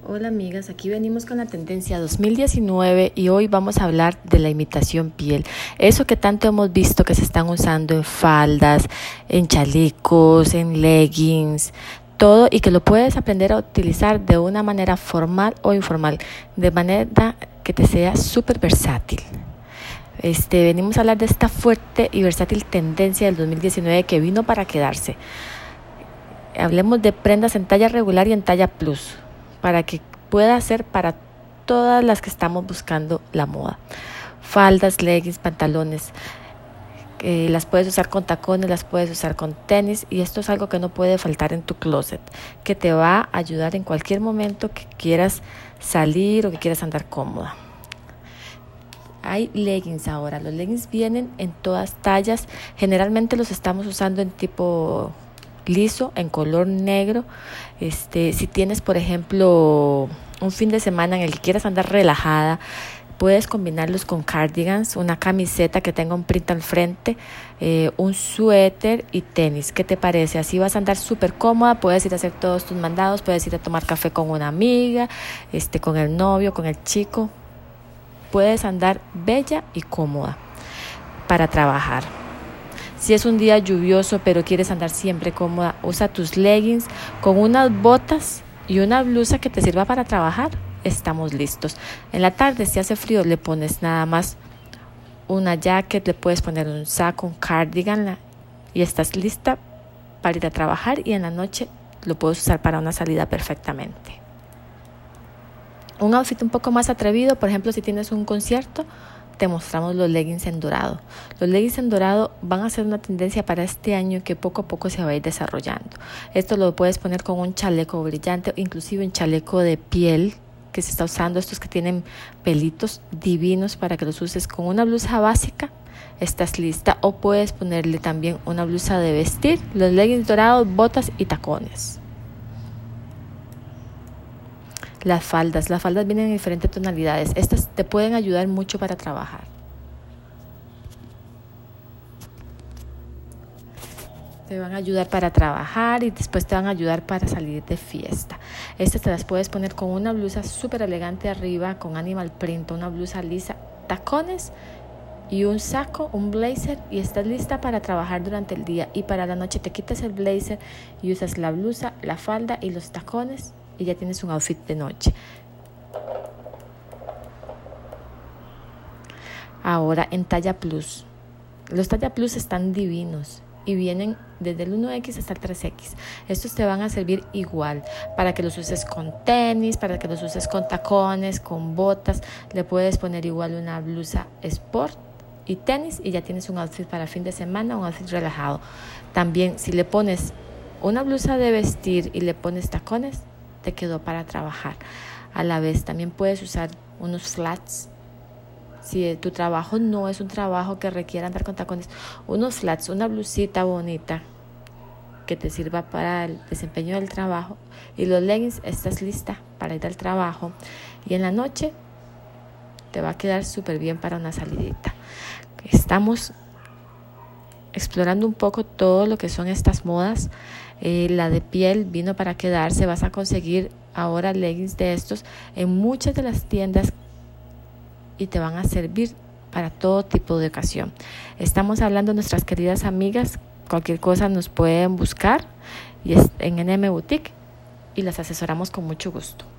Hola amigas, aquí venimos con la tendencia 2019 y hoy vamos a hablar de la imitación piel. Eso que tanto hemos visto que se están usando en faldas, en chalecos, en leggings, todo, y que lo puedes aprender a utilizar de una manera formal o informal, de manera que te sea súper versátil. Venimos a hablar de esta fuerte y versátil tendencia del 2019 que vino para quedarse. Hablemos de prendas en talla regular y en talla plus, para que pueda ser para todas las que estamos buscando la moda. Faldas, leggings, pantalones, las puedes usar con tacones, las puedes usar con tenis, y esto es algo que no puede faltar en tu closet, que te va a ayudar en cualquier momento que quieras salir o que quieras andar cómoda. Hay leggings ahora, los leggings vienen en todas tallas, generalmente los estamos usando en tipo liso, en color negro. Si tienes, por ejemplo, un fin de semana en el que quieras andar relajada, puedes combinarlos con cardigans, una camiseta que tenga un print al frente, un suéter y tenis. ¿Qué te parece? Así vas a andar súper cómoda, puedes ir a hacer todos tus mandados, puedes ir a tomar café con una amiga, con el novio, con el chico. Puedes andar bella y cómoda para trabajar. Si es un día lluvioso pero quieres andar siempre cómoda, usa tus leggings con unas botas y una blusa que te sirva para trabajar. Estamos listos. En la tarde, si hace frío, le pones nada más una jacket, le puedes poner un saco, un cardigan y estás lista para ir a trabajar, y en la noche lo puedes usar para una salida perfectamente. Un outfit un poco más atrevido, por ejemplo, si tienes un concierto, te mostramos los leggings en dorado. Los leggings en dorado van a ser una tendencia para este año que poco a poco se va a ir desarrollando. Esto lo puedes poner con un chaleco brillante, inclusive un chaleco de piel que se está usando, estos que tienen pelitos divinos, para que los uses con una blusa básica. Estás lista. O puedes ponerle también una blusa de vestir, los leggings dorados, botas y tacones. Las faldas vienen en diferentes tonalidades. Estas te pueden ayudar mucho para trabajar. Te van a ayudar para trabajar y después te van a ayudar para salir de fiesta. Estas te las puedes poner con una blusa súper elegante arriba, con animal print, una blusa lisa, tacones y un saco, un blazer, y estás lista para trabajar durante el día. Y para la noche te quitas el blazer y usas la blusa, la falda y los tacones, y ya tienes un outfit de noche. Ahora en talla plus. Los talla plus están divinos y vienen desde el 1X hasta el 3X. Estos te van a servir igual para que los uses con tenis, para que los uses con tacones, con botas. Le puedes poner igual una blusa sport y tenis, y ya tienes un outfit para fin de semana, un outfit relajado. También, si le pones una blusa de vestir y le pones tacones, te quedó para trabajar. A la vez también puedes usar unos flats. Si tu trabajo no es un trabajo que requiera andar con tacones, unos flats, una blusita bonita que te sirva para el desempeño del trabajo, y los leggings, estás lista para ir al trabajo, y en la noche te va a quedar súper bien para una salidita. Estamos explorando un poco todo lo que son estas modas. La de piel vino para quedarse. Vas a conseguir ahora leggings de estos en muchas de las tiendas y te van a servir para todo tipo de ocasión. Estamos hablando de nuestras queridas amigas. Cualquier cosa nos pueden buscar y es en NM Boutique, y las asesoramos con mucho gusto.